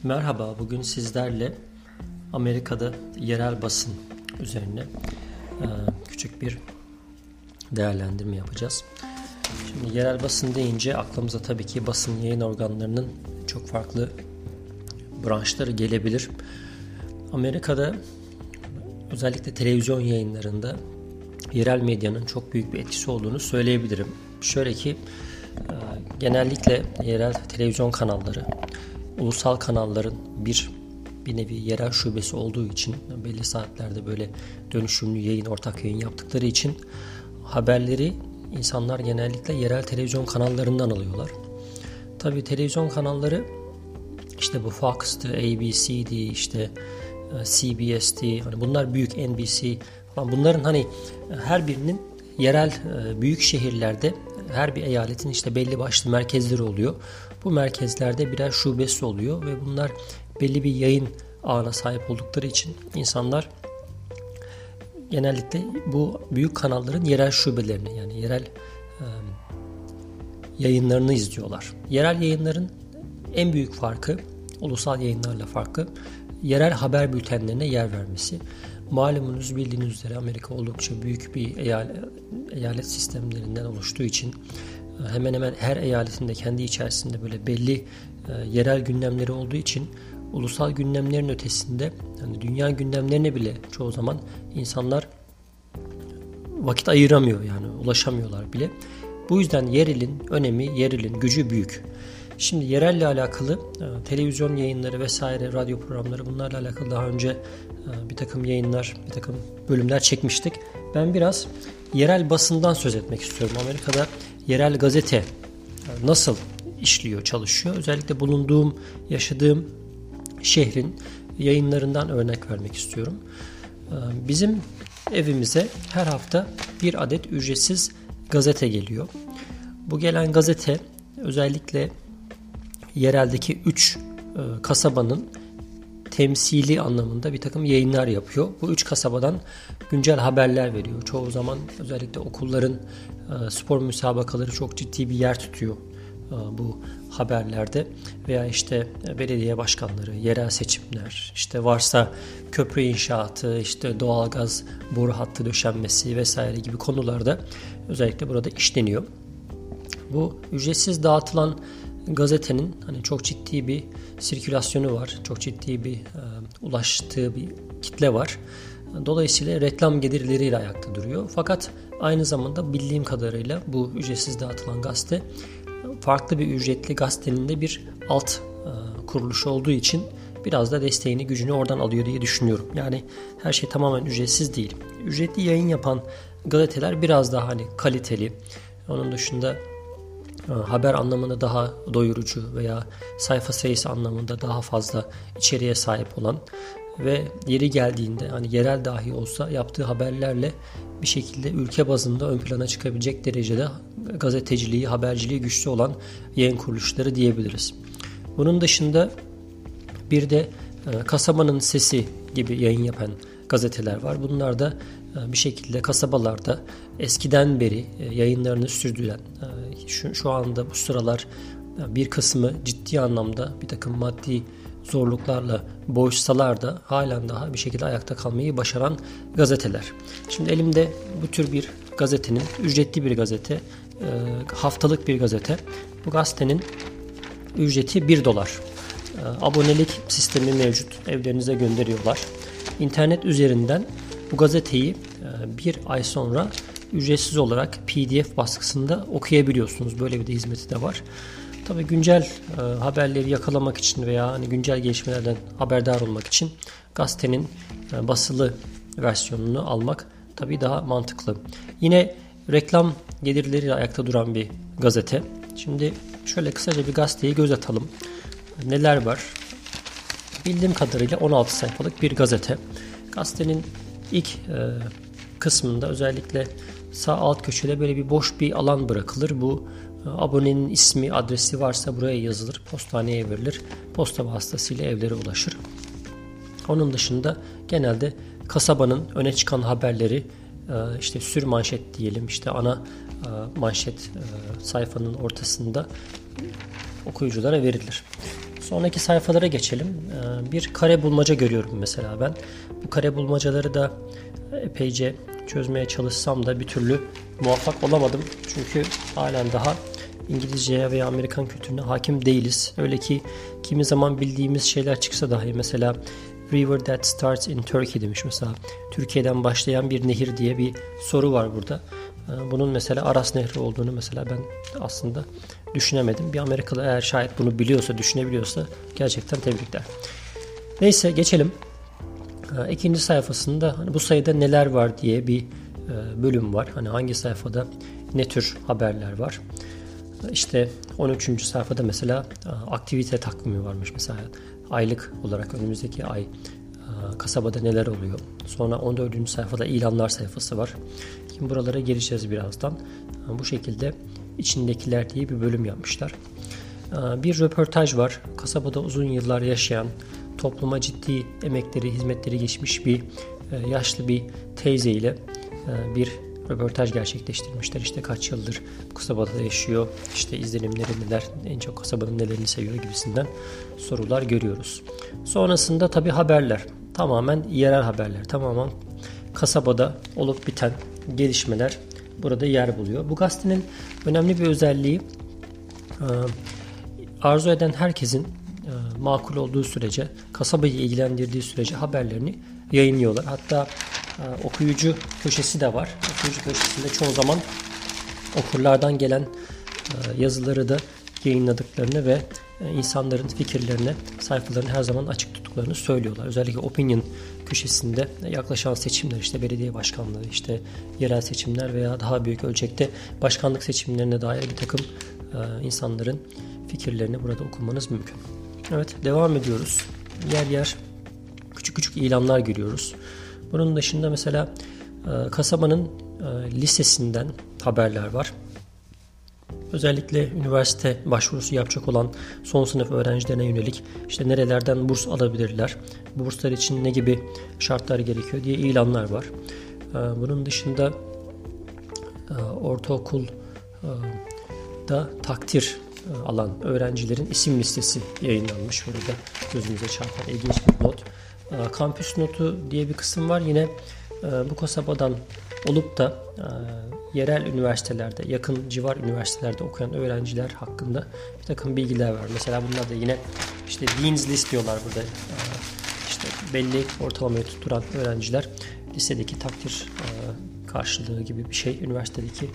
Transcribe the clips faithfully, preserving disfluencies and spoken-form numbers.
Merhaba, bugün sizlerle Amerika'da yerel basın üzerine e, küçük bir değerlendirme yapacağız. Şimdi yerel basın deyince aklımıza tabii ki basın yayın organlarının çok farklı branşları gelebilir. Amerika'da özellikle televizyon yayınlarında yerel medyanın çok büyük bir etkisi olduğunu söyleyebilirim. Şöyle ki e, genellikle yerel televizyon kanalları ulusal kanalların bir bir nevi yerel şubesi olduğu için belli saatlerde böyle dönüşümlü yayın, ortak yayın yaptıkları için haberleri insanlar genellikle yerel televizyon kanallarından alıyorlar. Tabii televizyon kanalları işte bu Fox'tı, A B C'di, işte C B S'ti, hani bunlar büyük, N B C falan, bunların hani her birinin yerel büyük şehirlerde her bir eyaletin işte belli başlı merkezleri oluyor. Bu merkezlerde birer şubesi oluyor ve bunlar belli bir yayın ağına sahip oldukları için insanlar genellikle bu büyük kanalların yerel şubelerini, yani yerel e, yayınlarını izliyorlar. Yerel yayınların en büyük farkı, ulusal yayınlarla farkı, yerel haber bültenlerine yer vermesi. Malumunuz, bildiğiniz üzere Amerika oldukça büyük bir eyalet, eyalet sistemlerinden oluştuğu için hemen hemen her eyaletinde kendi içerisinde böyle belli e, yerel gündemleri olduğu için ulusal gündemlerin ötesinde, yani dünya gündemlerine bile çoğu zaman insanlar vakit ayıramıyor, yani ulaşamıyorlar bile. Bu yüzden yerelin önemi, yerelin gücü büyük. Şimdi yerelle alakalı e, televizyon yayınları vesaire, radyo programları, bunlarla alakalı daha önce e, bir takım yayınlar, bir takım bölümler çekmiştik. Ben biraz yerel basından söz etmek istiyorum. Amerika'da yerel gazete nasıl işliyor, çalışıyor? Özellikle bulunduğum, yaşadığım şehrin yayınlarından örnek vermek istiyorum. Bizim evimize her hafta bir adet ücretsiz gazete geliyor. Bu gelen gazete özellikle yereldeki üç kasabanın temsili anlamında bir takım yayınlar yapıyor. Bu üç kasabadan güncel haberler veriyor. Çoğu zaman özellikle okulların spor müsabakaları çok ciddi bir yer tutuyor bu haberlerde. Veya işte belediye başkanları, yerel seçimler, işte varsa köprü inşaatı, işte doğalgaz boru hattı döşenmesi vesaire gibi konularda özellikle burada işleniyor. Bu ücretsiz dağıtılan gazetenin hani çok ciddi bir sirkülasyonu var. Çok ciddi bir e, ulaştığı bir kitle var. Dolayısıyla reklam gelirleriyle ayakta duruyor. Fakat aynı zamanda bildiğim kadarıyla bu ücretsiz dağıtılan gazete farklı bir ücretli gazetenin de bir alt e, kuruluş olduğu için biraz da desteğini, gücünü oradan alıyor diye düşünüyorum. Yani her şey tamamen ücretsiz değil. Ücretli yayın yapan gazeteler biraz daha hani kaliteli. Onun dışında haber anlamında daha doyurucu veya sayfa sayısı anlamında daha fazla içeriğe sahip olan ve yeri geldiğinde hani yerel dahi olsa yaptığı haberlerle bir şekilde ülke bazında ön plana çıkabilecek derecede gazeteciliği, haberciliği güçlü olan yayın kuruluşları diyebiliriz. Bunun dışında bir de kasabanın sesi gibi yayın yapan gazeteler var. Bunlar da bir şekilde kasabalarda eskiden beri yayınlarını sürdüren, şu, şu anda bu sıralar bir kısmı ciddi anlamda bir takım maddi zorluklarla boğuşsalar da halen daha bir şekilde ayakta kalmayı başaran gazeteler. Şimdi elimde bu tür bir gazetenin, ücretli bir gazete, haftalık bir gazete. Bu gazetenin ücreti bir dolar. Abonelik sistemi mevcut. Evlerinize gönderiyorlar. İnternet üzerinden bu gazeteyi bir ay sonra ücretsiz olarak P D F baskısında okuyabiliyorsunuz. Böyle bir de hizmeti de var. Tabii güncel e, haberleri yakalamak için veya hani güncel gelişmelerden haberdar olmak için gazetenin e, basılı versiyonunu almak tabii daha mantıklı. Yine reklam gelirleriyle ayakta duran bir gazete. Şimdi şöyle kısaca bir gazeteye göz atalım. Neler var? Bildiğim kadarıyla on altı sayfalık bir gazete. Gazetenin ilk e, kısmında özellikle sağ alt köşede böyle bir boş bir alan bırakılır. Bu e, abonenin ismi, adresi varsa buraya yazılır. Postaneye verilir. Posta vasıtasıyla evlere ulaşır. Onun dışında genelde kasabanın öne çıkan haberleri e, işte sür manşet diyelim, işte ana e, manşet e, sayfanın ortasında okuyuculara verilir. Sonraki sayfalara geçelim. Bir kare bulmaca görüyorum mesela ben. Bu kare bulmacaları da epeyce çözmeye çalışsam da bir türlü muvaffak olamadım. Çünkü halen daha İngilizceye veya Amerikan kültürüne hakim değiliz. Öyle ki kimi zaman bildiğimiz şeyler çıksa dahi, mesela River that starts in Turkey demiş mesela. Türkiye'den başlayan bir nehir diye bir soru var burada. Bunun mesela Aras Nehri olduğunu mesela ben aslında düşünemedim. Bir Amerikalı eğer şayet bunu biliyorsa, düşünebiliyorsa gerçekten tebrikler. Neyse geçelim. İkinci sayfasında hani bu sayıda neler var diye bir bölüm var. Hani hangi sayfada ne tür haberler var. İşte on üçüncü sayfada mesela aktivite takvimi varmış mesela. Aylık olarak önümüzdeki ay kasabada neler oluyor. Sonra on dördüncü sayfada ilanlar sayfası var. Şimdi buralara geleceğiz birazdan. Bu şekilde içindekiler diye bir bölüm yapmışlar. Bir röportaj var. Kasabada uzun yıllar yaşayan, topluma ciddi emekleri, hizmetleri geçmiş bir yaşlı bir teyze ile bir röportaj gerçekleştirmişler. İşte kaç yıldır bu kasabada yaşıyor, işte izlenimleri neler, en çok kasabanın nelerini seviyor gibisinden sorular görüyoruz. Sonrasında tabii haberler. Tamamen yerel haberler. Tamamen kasabada olup biten gelişmeler burada yer buluyor. Bu gazetenin önemli bir özelliği, arzu eden herkesin makul olduğu sürece, kasabayı ilgilendirdiği sürece haberlerini yayınlıyorlar. Hatta okuyucu köşesi de var. Okuyucu köşesinde çoğu zaman okurlardan gelen yazıları da yayınladıklarını ve insanların fikirlerine, sayfalarını her zaman açık tuttuklarını söylüyorlar. Özellikle opinion köşesinde yaklaşan seçimler, işte belediye başkanlığı, işte yerel seçimler veya daha büyük ölçekte başkanlık seçimlerine dair bir takım insanların fikirlerini burada okumanız mümkün. Evet, devam ediyoruz. Yer yer küçük küçük ilanlar görüyoruz. Bunun dışında mesela kasabanın lisesinden haberler var. Özellikle üniversite başvurusu yapacak olan son sınıf öğrencilerine yönelik işte nerelerden burs alabilirler, bu burslar için ne gibi şartlar gerekiyor diye ilanlar var. Bunun dışında ortaokulda takdir alan öğrencilerin isim listesi yayınlanmış. Burada gözümüze çarpan ilginç bir not. Kampüs notu diye bir kısım var. Yine bu kasabadan olup da yerel üniversitelerde, yakın civar üniversitelerde okuyan öğrenciler hakkında bir takım bilgiler var. Mesela bunlar da yine işte Dean's List diyorlar burada. İşte belli ortalamayı tutturan öğrenciler lisedeki takdir karşılığı gibi bir şey. Üniversitedeki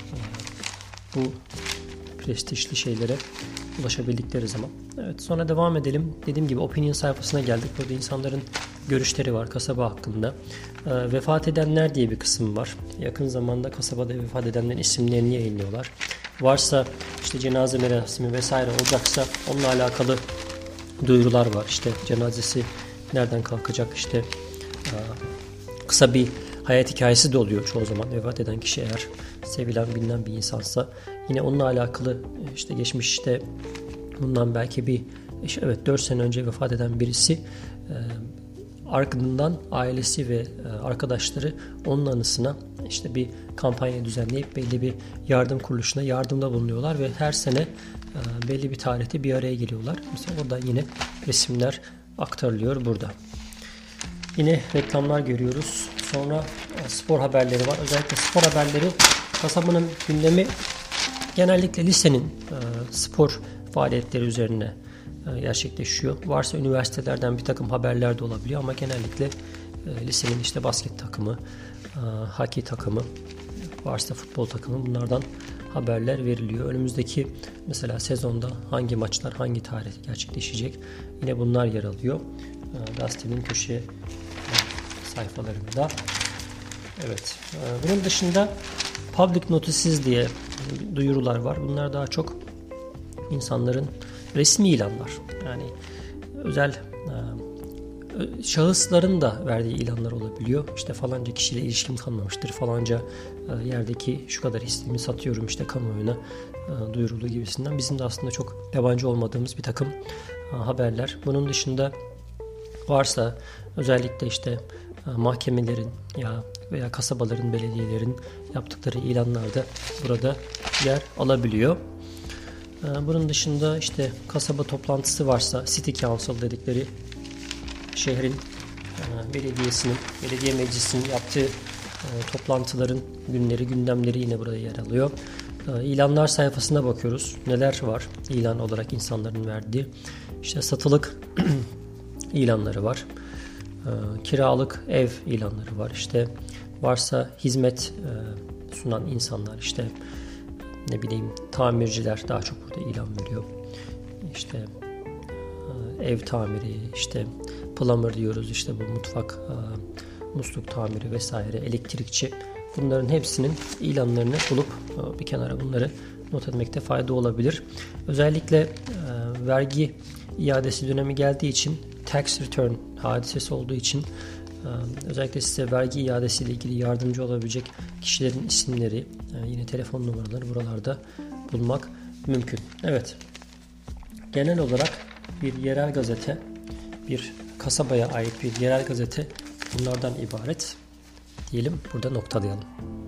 bu prestijli şeylere ulaşabildikleri zaman. Evet, sonra devam edelim. Dediğim gibi opinion sayfasına geldik. Burada insanların görüşleri var kasaba hakkında. E, vefat edenler diye bir kısım var. Yakın zamanda kasabada vefat edenlerin isimlerini yayınlıyorlar. Varsa işte cenaze merasimi vesaire olacaksa onunla alakalı duyurular var. İşte cenazesi nereden kalkacak, işte e, kısa bir hayat hikayesi de oluyor çoğu zaman. Vefat eden kişi eğer sevilen, bilinen bir insansa yine onunla alakalı işte geçmişte bundan belki bir evet dört sene önce vefat eden birisi e, ardından ailesi ve e, arkadaşları onun anısına işte bir kampanya düzenleyip belli bir yardım kuruluşuna yardımda bulunuyorlar ve her sene e, belli bir tarihte bir araya geliyorlar. Mesela orada yine resimler aktarılıyor burada. Yine reklamlar görüyoruz. Sonra e, spor haberleri var. Özellikle spor haberleri, kasabanın gündemi genellikle lisenin e, spor faaliyetleri üzerine e, gerçekleşiyor. Varsa üniversitelerden bir takım haberler de olabiliyor ama genellikle e, lisenin işte basket takımı, e, hokey takımı, varsa futbol takımı, bunlardan haberler veriliyor. Önümüzdeki mesela sezonda hangi maçlar hangi tarihte gerçekleşecek, yine bunlar yer alıyor. E, gazetenin köşe e, sayfalarında. Evet. E, bunun dışında public notices diye duyurular var. Bunlar daha çok insanların resmi ilanlar. Yani özel e, şahısların da verdiği ilanlar olabiliyor. İşte falanca kişiyle ilişkim kalmamıştır. Falanca e, yerdeki şu kadar hissemi satıyorum işte kamuoyuna e, duyurulu gibisinden. Bizim de aslında çok yabancı olmadığımız bir takım e, haberler. Bunun dışında varsa özellikle işte e, mahkemelerin ya veya kasabaların, belediyelerin yaptıkları ilanlarda burada yer alabiliyor. Bunun dışında işte kasaba toplantısı varsa City Council dedikleri şehrin belediyesinin, belediye meclisinin yaptığı toplantıların günleri, gündemleri yine burada yer alıyor. İlanlar sayfasına bakıyoruz. Neler var ilan olarak insanların verdiği. İşte satılık ilanları var. Kiralık ev ilanları var. İşte varsa hizmet sunan insanlar, işte ne bileyim tamirciler daha çok burada ilan veriyor. İşte ev tamiri, işte plumber diyoruz, işte bu mutfak, musluk tamiri vesaire, elektrikçi. Bunların hepsinin ilanlarını bulup bir kenara bunları not etmekte fayda olabilir. Özellikle vergi iadesi dönemi geldiği için, tax return hadisesi olduğu için özellikle size vergi iadesi ile ilgili yardımcı olabilecek kişilerin isimleri, yine telefon numaraları buralarda bulmak mümkün. Evet, genel olarak bir yerel gazete, bir kasabaya ait bir yerel gazete bunlardan ibaret diyelim, burada noktalayalım.